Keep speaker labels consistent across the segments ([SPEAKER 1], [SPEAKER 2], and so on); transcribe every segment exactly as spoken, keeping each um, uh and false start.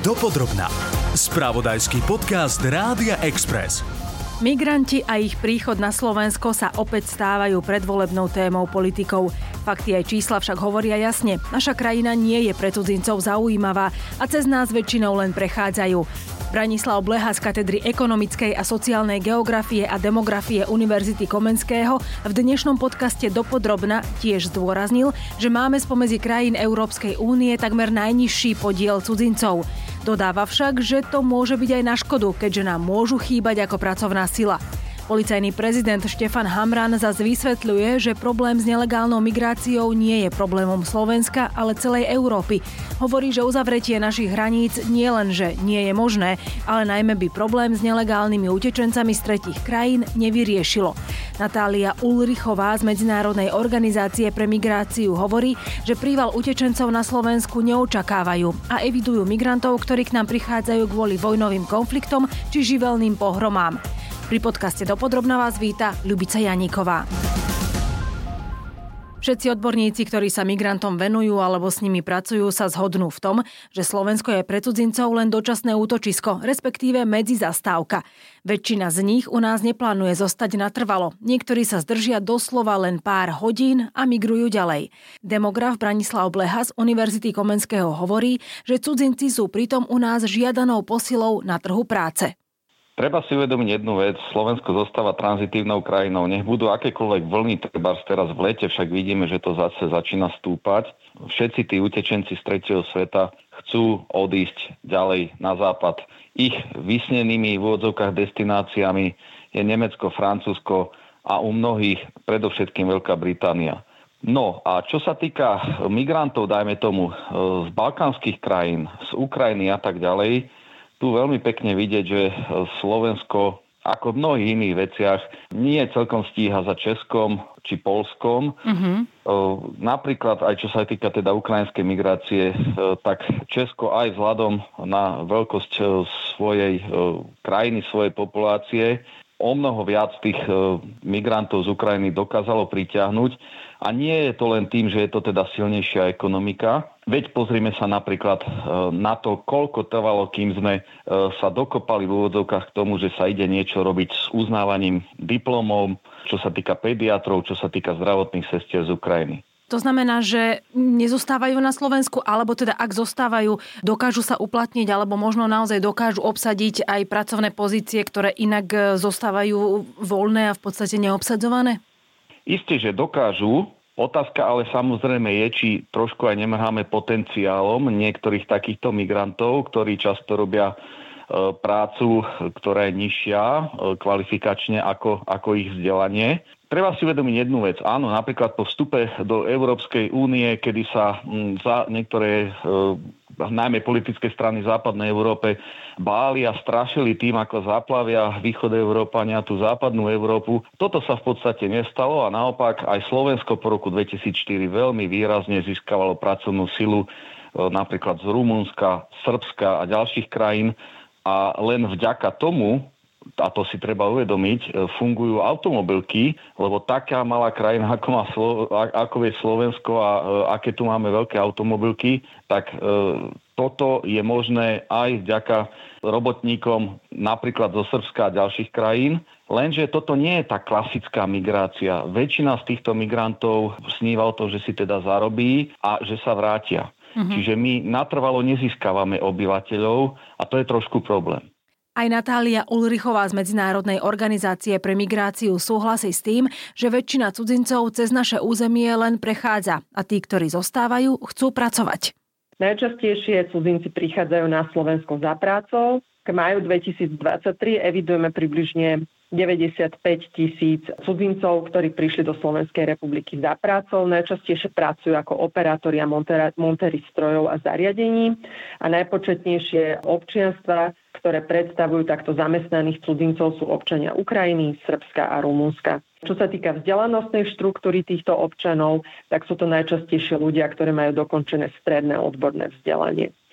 [SPEAKER 1] Dopodrobna. Spravodajský podcast Rádia Express.
[SPEAKER 2] Migranti a ich príchod na Slovensko sa opäť stávajú predvolebnou témou politikov. Fakty aj čísla však hovoria jasne. Naša krajina nie je pre cudzincov zaujímavá a cez nás väčšinou len prechádzajú. Branislav Bleha z katedry ekonomickej a sociálnej geografie a demografie Univerzity Komenského v dnešnom podcaste Dopodrobna tiež zdôraznil, že máme spomedzi krajín Európskej únie takmer najnižší podiel cudzincov. Dodáva však, že to môže byť aj na škodu, keďže nám môžu chýbať ako pracovná sila. Policajný prezident Štefan Hamran zase vysvetľuje, že problém s nelegálnou migráciou nie je problémom Slovenska, ale celej Európy. Hovorí, že uzavretie našich hraníc nie len, že nie je možné, ale najmä by problém s nelegálnymi utečencami z tretích krajín nevyriešilo. Natália Ulrichová z Medzinárodnej organizácie pre migráciu hovorí, že príval utečencov na Slovensku neočakávajú a evidujú migrantov, ktorí k nám prichádzajú kvôli vojnovým konfliktom či živelným pohromám. Pri podcaste Dopodrobna vás víta Ľubica Janíková. Všetci odborníci, ktorí sa migrantom venujú alebo s nimi pracujú, sa zhodnú v tom, že Slovensko je pre cudzincov len dočasné útočisko, respektíve medzizastávka. Väčšina z nich u nás neplánuje zostať natrvalo. Niektorí sa zdržia doslova len pár hodín a migrujú ďalej. Demograf Branislav Bleha z Univerzity Komenského hovorí, že cudzinci sú pritom u nás žiadanou posilou na trhu práce.
[SPEAKER 3] Treba si uvedomiť jednu vec, Slovensko zostáva tranzitívnou krajinou. Nech budú akékoľvek vlny, trebárs teraz v lete, však vidíme, že to zase začína stúpať. Všetci tí utečenci z tretieho sveta chcú odísť ďalej na západ. Ich vysnenými v úvodzovkách destináciami je Nemecko, Francúzsko a u mnohých predovšetkým Veľká Británia. No a čo sa týka migrantov, dajme tomu, z balkánskych krajín, z Ukrajiny a tak ďalej, tu veľmi pekne vidieť, že Slovensko, ako v mnohých iných veciach, nie celkom stíha za Českom či Poľskom. Mm-hmm. Napríklad, aj čo sa týka teda ukrajinskej migrácie, tak Česko aj vzhľadom na veľkosť svojej krajiny, svojej populácie, o mnoho viac tých migrantov z Ukrajiny dokázalo pritiahnuť. A nie je to len tým, že je to teda silnejšia ekonomika. Veď pozrime sa napríklad na to, koľko trvalo, kým sme sa dokopali v úvodzovkách k tomu, že sa ide niečo robiť s uznávaním diplomov, čo sa týka pediatrov, čo sa týka zdravotných sestier z Ukrajiny.
[SPEAKER 2] To znamená, že nezostávajú na Slovensku, alebo teda ak zostávajú, dokážu sa uplatniť, alebo možno naozaj dokážu obsadiť aj pracovné pozície, ktoré inak zostávajú voľné a v podstate neobsadzované?
[SPEAKER 3] Isté, že dokážu. Otázka ale samozrejme je, či trošku aj nemrháme potenciálom niektorých takýchto migrantov, ktorí často robia e, prácu, ktorá je nižšia e, kvalifikačne ako, ako ich vzdelanie. Treba si uvedomiť jednu vec. Áno, napríklad po vstupe do Európskej únie, kedy sa m, za niektoré, e, najmä politické strany v západnej Európe, báli a strašili tým, ako zaplavia východoeurópania tú západnú Európu. Toto sa v podstate nestalo a naopak aj Slovensko po roku dvetisícštyri veľmi výrazne získavalo pracovnú silu e, napríklad z Rumunska, Srbska a ďalších krajín a len vďaka tomu, a to si treba uvedomiť, fungujú automobilky, lebo taká malá krajina, ako, má Slo- ako je Slovensko a e, aké tu máme veľké automobilky, tak e, toto je možné aj vďaka robotníkom napríklad zo Srbska a ďalších krajín. Lenže toto nie je tá klasická migrácia. Väčšina z týchto migrantov sníva o to, že si teda zarobí a že sa vrátia. Mhm. Čiže my natrvalo nezískavame obyvateľov a to je trošku problém.
[SPEAKER 2] Aj Natália Ulrichová z Medzinárodnej organizácie pre migráciu súhlasí s tým, že väčšina cudzincov cez naše územie len prechádza a tí, ktorí zostávajú, chcú pracovať.
[SPEAKER 4] Najčastejšie cudzinci prichádzajú na Slovensko za prácou. K máju dvetisícdvadsaťtri evidujeme približne deväťdesiatpäť tisíc cudzincov, ktorí prišli do Slovenskej republiky za prácou. Najčastejšie pracujú ako operátori a montéri strojov a zariadení a najpočetnejšie občianstva, ktoré predstavujú takto zamestnaných cudzincov, sú občania Ukrajiny, Srbska a Rumunska. Čo sa týka vzdelanostnej štruktúry týchto občanov, tak sú to najčastejšie ľudia, ktorí majú dokončené stredné odborné vzdelanie.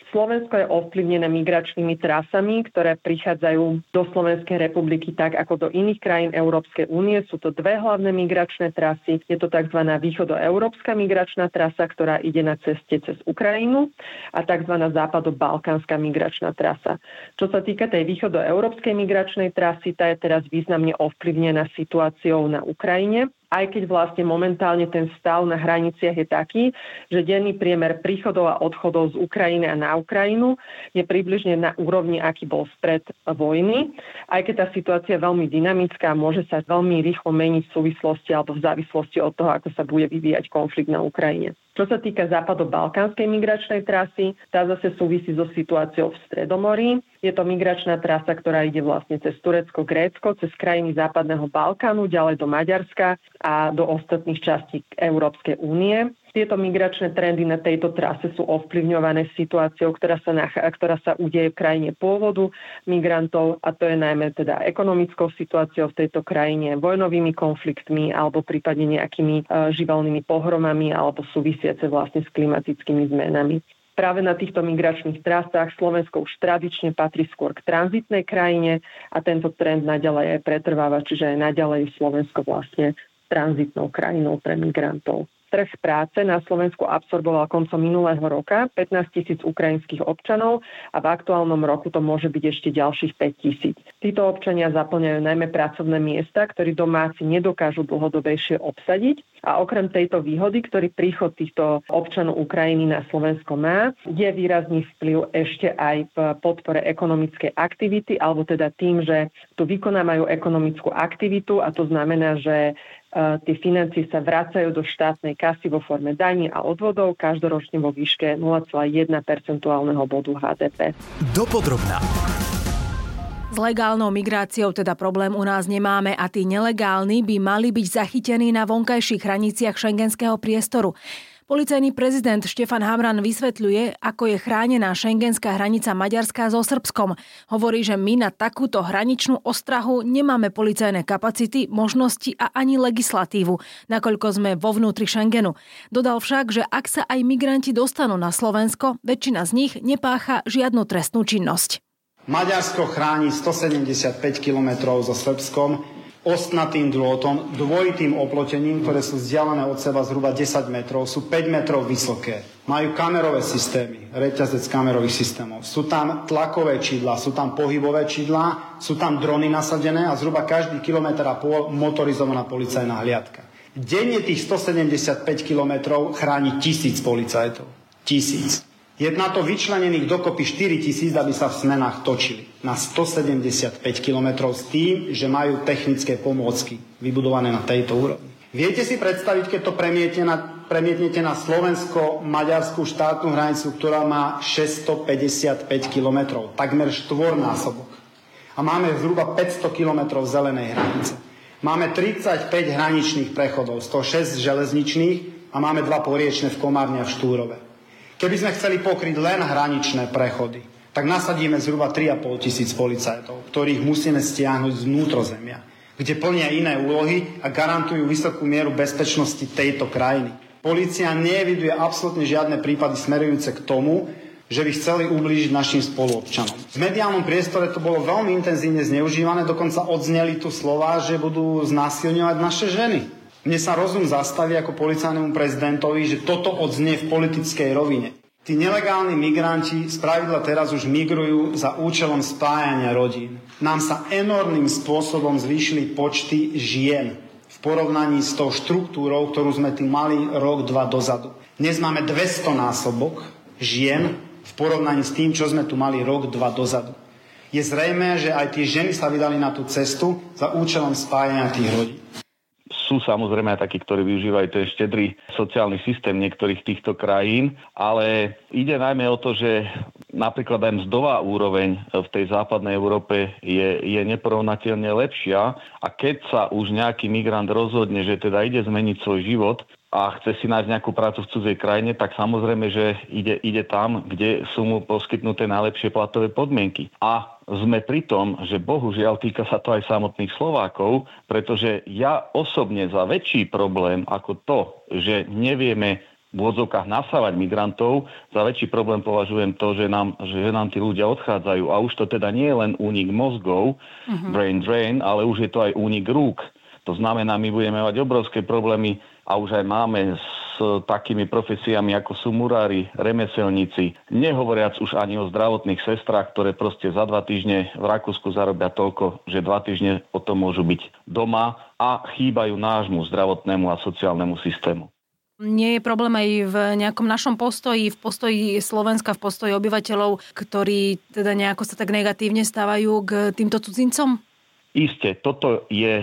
[SPEAKER 4] Slovensko je ovplyvnené migračnými trasami, ktoré prichádzajú do Slovenskej republiky tak ako do iných krajín Európskej únie. Sú to dve hlavné migračné trasy. Je to tzv. Východoeurópska migračná trasa, ktorá ide na ceste cez Ukrajinu, a tzv. Západobalkánska migračná trasa. Čo sa týka tej východoeurópskej migračnej trasy, tá je teraz významne ovplyvnená situáciou na Ukrajine. Aj keď vlastne momentálne ten stav na hraniciach je taký, že denný priemer príchodov a odchodov z Ukrajiny a na Ukrajinu je približne na úrovni, aký bol spred vojny. Aj keď tá situácia je veľmi dynamická, môže sa veľmi rýchlo meniť v súvislosti alebo v závislosti od toho, ako sa bude vyvíjať konflikt na Ukrajine. Čo sa týka západobalkánskej migračnej trasy, tá zase súvisí so situáciou v Stredomorí. Je to migračná trasa, ktorá ide vlastne cez Turecko, Grécko, cez krajiny západného Balkánu, ďalej do Maďarska a do ostatných častí Európskej únie. Tieto migračné trendy na tejto trase sú ovplyvňované situáciou, ktorá sa, nach- ktorá sa udeje v krajine pôvodu migrantov, a to je najmä teda ekonomickou situáciou v tejto krajine, vojnovými konfliktmi alebo prípadne nejakými e, živelnými pohromami alebo súvisiace vlastne s klimatickými zmenami. Práve na týchto migračných trasách Slovensko už tradične patrí skôr k tranzitnej krajine a tento trend naďalej aj pretrváva, čiže aj naďalej Slovensko vlastne tranzitnou krajinou pre migrantov. Trh práce na Slovensku absorboval koncom minulého roka pätnásť tisíc ukrajinských občanov a v aktuálnom roku to môže byť ešte ďalších päť tisíc. Títo občania zaplňajú najmä pracovné miesta, ktoré domáci nedokážu dlhodobejšie obsadiť. A okrem tejto výhody, ktorý príchod týchto občanov Ukrajiny na Slovensko má, je výrazný vplyv ešte aj v podpore ekonomickej aktivity, alebo teda tým, že tu vykonávajú ekonomickú aktivitu, a to znamená, že tie financie sa vracajú do štátnej kasy vo forme daní a odvodov každoročne vo výške nula celá jeden percentuálneho bodu há dé pé.
[SPEAKER 1] Dopodrobná.
[SPEAKER 2] S legálnou migráciou teda problém u nás nemáme a tí nelegálni by mali byť zachytení na vonkajších hraniciach šengenského priestoru. Policajný prezident Štefan Hamran vysvetľuje, ako je chránená šengenská hranica Maďarská so Srbskom. Hovorí, že my na takúto hraničnú ostrahu nemáme policajné kapacity, možnosti a ani legislatívu, nakoľko sme vo vnútri Schengenu. Dodal však, že ak sa aj migranti dostanú na Slovensko, väčšina z nich nepácha žiadnu trestnú činnosť.
[SPEAKER 5] Maďarsko chráni stosedemdesiatpäť kilometrov so Srbskom ostnatým drôtom, dvojitým oplotením, ktoré sú vzdialené od seba zhruba desať metrov, sú päť metrov vysoké. Majú kamerové systémy, reťazec kamerových systémov. Sú tam tlakové čidlá, sú tam pohybové čidlá, sú tam drony nasadené a zhruba každý kilometr a pôl motorizovaná policajná hliadka. Denne tých stosedemdesiatpäť kilometrov chráni tisíc policajtov. Tisíc. Je na to vyčlenených dokopy štyri tisíc, aby sa v smenách točili na stosedemdesiatpäť kilometrov s tým, že majú technické pomôcky vybudované na tejto úrovni. Viete si predstaviť, keď to premietnete na, premietnete na slovensko-maďarskú štátnu hranicu, ktorá má šesťstopäťdesiatpäť kilometrov, takmer štvornásobok. A máme zhruba päťsto kilometrov zelenej hranice. Máme tridsaťpäť hraničných prechodov, sto šesť železničných a máme dva poriečne v Komárne a v Štúrove. Keby sme chceli pokryť len hraničné prechody, tak nasadíme zhruba tri a pol tisíc policajtov, ktorých musíme stiahnuť z vnútrozemia, kde plnia iné úlohy a garantujú vysokú mieru bezpečnosti tejto krajiny. Polícia neeviduje absolútne žiadne prípady smerujúce k tomu, že by chceli ublížiť našim spoluobčanom. V mediálnom priestore to bolo veľmi intenzívne zneužívané, dokonca odzneli tu slová, že budú znásilňovať naše ženy. Mne sa rozum zastaví ako policajnému prezidentovi, že toto odznie v politickej rovine. Tí nelegálni migranti spravidla teraz už migrujú za účelom spájania rodín. Nám sa enormným spôsobom zvýšili počty žien v porovnaní s tou štruktúrou, ktorú sme tu mali rok, dva dozadu. Dnes máme dvesto násobok žien v porovnaní s tým, čo sme tu mali rok, dva dozadu. Je zrejmé, že aj tie ženy sa vydali na tú cestu za účelom spájania tých rodín.
[SPEAKER 3] Sú samozrejme aj takí, ktorí využívajú ten štedrý sociálny systém niektorých týchto krajín, ale ide najmä o to, že napríklad aj mzdová úroveň v tej západnej Európe je, je neporovnateľne lepšia a keď sa už nejaký migrant rozhodne, že teda ide zmeniť svoj život a chce si nájsť nejakú prácu v cudzej krajine, tak samozrejme, že ide, ide tam, kde sú mu poskytnuté najlepšie platové podmienky. A sme pri tom, že bohužiaľ týka sa to aj samotných Slovákov, pretože ja osobne za väčší problém ako to, že nevieme v odzovkách nasávať migrantov. Za väčší problém považujem to, že nám, že nám tí ľudia odchádzajú. A už to teda nie je len únik mozgov, uh-huh. brain drain, ale už je to aj únik rúk. To znamená, my budeme mať obrovské problémy a už aj máme s takými profesiami, ako sú murári, remeselníci. Nehovoriac už ani o zdravotných sestrách, ktoré proste za dva týždne v Rakúsku zarobia toľko, že dva týždne potom môžu byť doma a chýbajú nášmu zdravotnému a sociálnemu systému.
[SPEAKER 2] Nie je problém aj v nejakom našom postoji, v postoji Slovenska, v postoji obyvateľov, ktorí teda nejako sa tak negatívne stávajú k týmto cudzincom?
[SPEAKER 3] Isté, toto je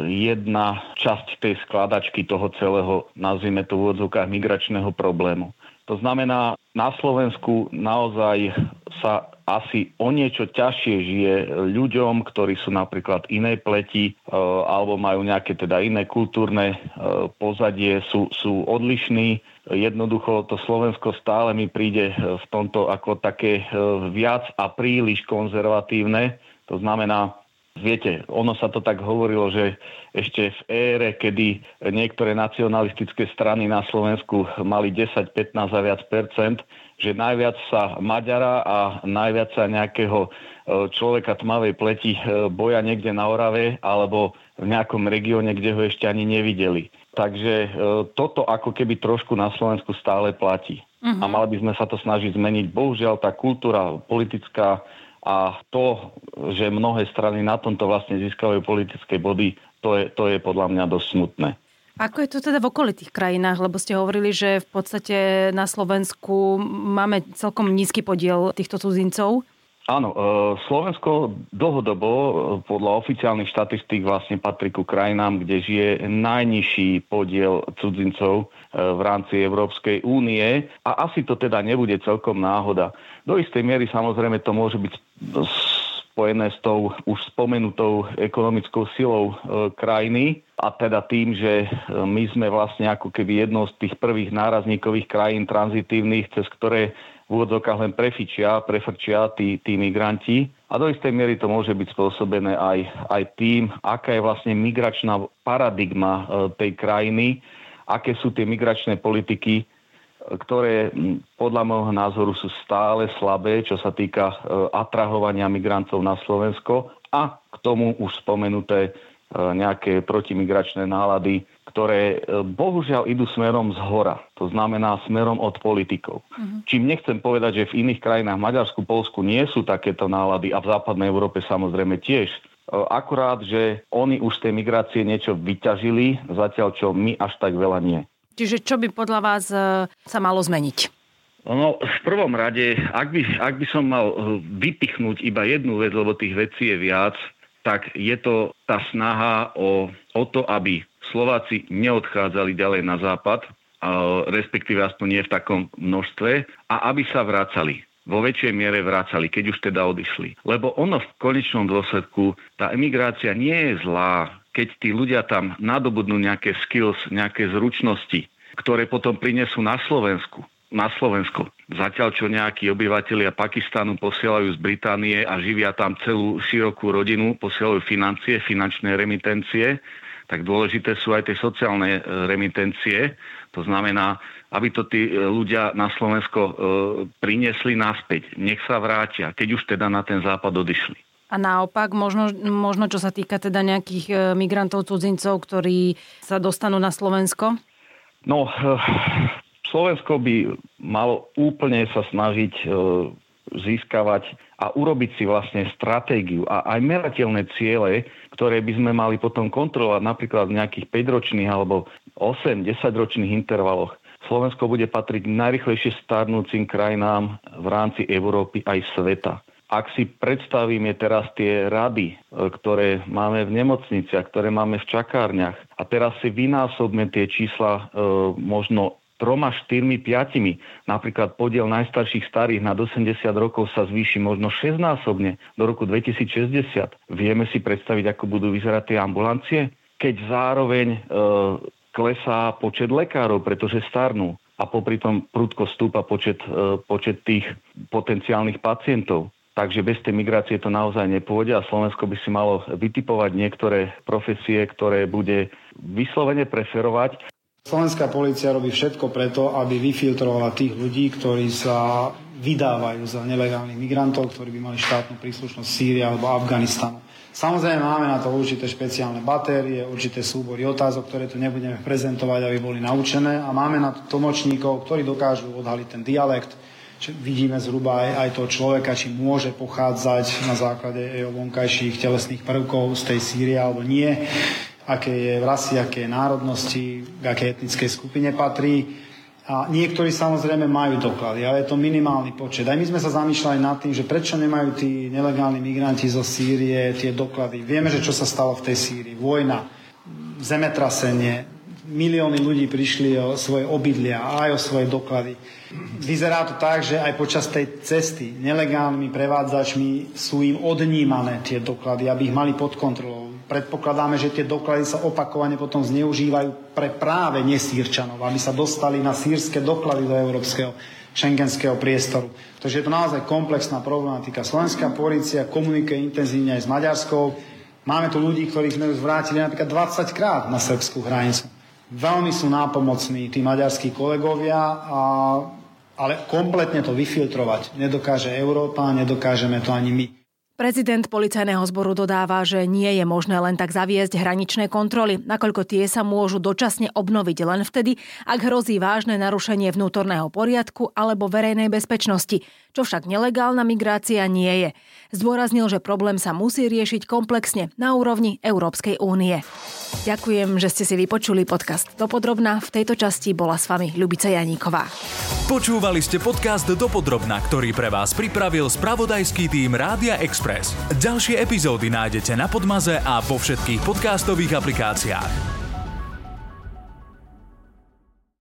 [SPEAKER 3] jedna časť tej skladačky toho celého, nazvime to v odzvukách, migračného problému. To znamená, na Slovensku naozaj sa asi o niečo ťažšie žije ľuďom, ktorí sú napríklad inej pleti alebo majú nejaké teda iné kultúrne pozadie, sú, sú odlišní. Jednoducho to Slovensko stále mi príde v tomto ako také viac a príliš konzervatívne. To znamená, viete, ono sa to tak hovorilo, že ešte v ére, kedy niektoré nacionalistické strany na Slovensku mali desať, pätnásť a viac percent, že najviac sa Maďara a najviac sa nejakého človeka tmavej pleti boja niekde na Orave alebo v nejakom regióne, kde ho ešte ani nevideli. Takže toto ako keby trošku na Slovensku stále platí. Uh-huh. A mali by sme sa to snažiť zmeniť. Bohužiaľ, tá kultúra politická a to, že mnohé strany na tomto vlastne získavajú politické body, to je, to je podľa mňa dosť smutné.
[SPEAKER 2] Ako je to teda v okolitých krajinách? Lebo ste hovorili, že v podstate na Slovensku máme celkom nízky podiel týchto cudzincov.
[SPEAKER 3] Áno, Slovensko dlhodobo podľa oficiálnych štatistík vlastne patrí ku krajinám, kde žije najnižší podiel cudzincov v rámci Európskej únie a asi to teda nebude celkom náhoda. Do istej miery samozrejme to môže byť spojené s tou už spomenutou ekonomickou silou e, krajiny a teda tým, že my sme vlastne ako keby jednou z tých prvých nárazníkových krajín tranzitívnych, cez ktoré v úvodzovkách len prefičia, prefrčia tí, tí migranti. A do istej miery to môže byť spôsobené aj, aj tým, aká je vlastne migračná paradigma e, tej krajiny, aké sú tie migračné politiky, ktoré podľa môjho názoru sú stále slabé, čo sa týka atrahovania migrantov na Slovensko a k tomu už spomenuté nejaké protimigračné nálady, ktoré bohužiaľ idú smerom zhora, to znamená smerom od politikov. Uh-huh. Čím nechcem povedať, že v iných krajinách, Maďarsku, Poľsku nie sú takéto nálady a v západnej Európe samozrejme tiež. Akurát, že oni už z tej migrácie niečo vyťažili, zatiaľ čo my až tak veľa nie.
[SPEAKER 2] Čiže čo by podľa vás sa malo zmeniť?
[SPEAKER 3] No, v prvom rade, ak by, ak by som mal vypichnúť iba jednu vec, lebo tých vecí je viac, tak je to tá snaha o, o to, aby Slováci neodchádzali ďalej na západ, respektíve aspoň nie v takom množstve, a aby sa vracali. Vo väčšej miere vracali, keď už teda odišli. Lebo ono v konečnom dôsledku, tá emigrácia nie je zlá, keď tí ľudia tam nadobudnú nejaké skills, nejaké zručnosti, ktoré potom prinesú na Slovensku. Na Slovensko. Zatiaľ, čo nejakí obyvatelia Pakistanu posielajú z Británie a živia tam celú širokú rodinu, posielajú financie, finančné remitencie, tak dôležité sú aj tie sociálne remitencie. To znamená, aby to tí ľudia na Slovensko e, priniesli naspäť. Nech sa vrátia, keď už teda na ten západ odišli.
[SPEAKER 2] A naopak, možno, možno čo sa týka teda nejakých migrantov, cudzincov, ktorí sa dostanú na Slovensko?
[SPEAKER 3] No, Slovensko by malo úplne sa snažiť získavať a urobiť si vlastne stratégiu a aj merateľné ciele, ktoré by sme mali potom kontrolovať napríklad v nejakých päťročných alebo osem desaťročných intervaloch. Slovensko bude patriť najrýchlejšie starnúcim krajinám v rámci Európy aj sveta. Ak si predstavíme teraz tie rady, ktoré máme v nemocniciach, ktoré máme v čakárniach a teraz si vynásobme tie čísla e, možno troma, štyrmi, piatimi, napríklad podiel najstarších starých nad osemdesiat rokov sa zvýši možno šesťnásobne do roku dvetisícšesťdesiat. Vieme si predstaviť, ako budú vyzerať tie ambulancie? Keď zároveň e, klesá počet lekárov, pretože starnú a popri tom prudko stúpa počet, e, počet tých potenciálnych pacientov. Takže bez tej migrácie to naozaj nepôjde a Slovensko by si malo vytipovať niektoré profesie, ktoré bude vyslovene preferovať.
[SPEAKER 5] Slovenská polícia robí všetko preto, aby vyfiltrovala tých ľudí, ktorí sa vydávajú za nelegálnych migrantov, ktorí by mali štátnu príslušnosť Sýrie alebo Afganistanu. Samozrejme máme na to určité špeciálne batérie, určité súbory otázok, ktoré tu nebudeme prezentovať, aby boli naučené, a máme na to tlmočníkov, ktorí dokážu odhaliť ten dialekt. Čiže vidíme zhruba aj, aj toho človeka, či môže pochádzať na základe jeho vonkajších telesných prvkov z tej Sýrie alebo nie, aké je rasy, aké je národnosti, k akej etnickej skupine patrí. A niektorí samozrejme majú doklady, ale je to minimálny počet. Aj my sme sa zamýšľali nad tým, že prečo nemajú tí nelegálni migranti zo Sýrie tie doklady. Vieme, že čo sa stalo v tej Sýrii. Vojna, zemetrasenie, milióny ľudí prišli o svoje obydlia a aj o svoje doklady. Vyzerá to tak, že aj počas tej cesty nelegálnymi prevádzačmi sú im odnímané tie doklady, aby ich mali pod kontrolou. Predpokladáme, že tie doklady sa opakovane potom zneužívajú pre práve nesýrčanov, aby sa dostali na sýrske doklady do európskeho šengenského priestoru. Takže je to naozaj komplexná problematika. Slovenská polícia komunikuje intenzívne aj s maďarskou. Máme tu ľudí, ktorých sme už vrátili napríklad dvadsať krát na srbskú hranicu. Veľmi sú nápomocní tí maďarskí kolegovia, a, ale kompletne to vyfiltrovať nedokáže Európa, nedokážeme to ani my.
[SPEAKER 2] Prezident policajného zboru dodáva, že nie je možné len tak zaviesť hraničné kontroly, nakoľko tie sa môžu dočasne obnoviť len vtedy, ak hrozí vážne narušenie vnútorného poriadku alebo verejnej bezpečnosti, čo však nelegálna migrácia nie je. Zdôraznil, že problém sa musí riešiť komplexne na úrovni Európskej únie. Ďakujem, že ste si vypočuli podcast Dopodrobna. V tejto časti bola s vami Ľubica Janíková.
[SPEAKER 1] Počúvali ste podcast Dopodrobna, ktorý pre vás pripravil spravodajský tím Rádia Express. Ďalšie epizódy nájdete na Podmaze a vo všetkých podcastových aplikáciách.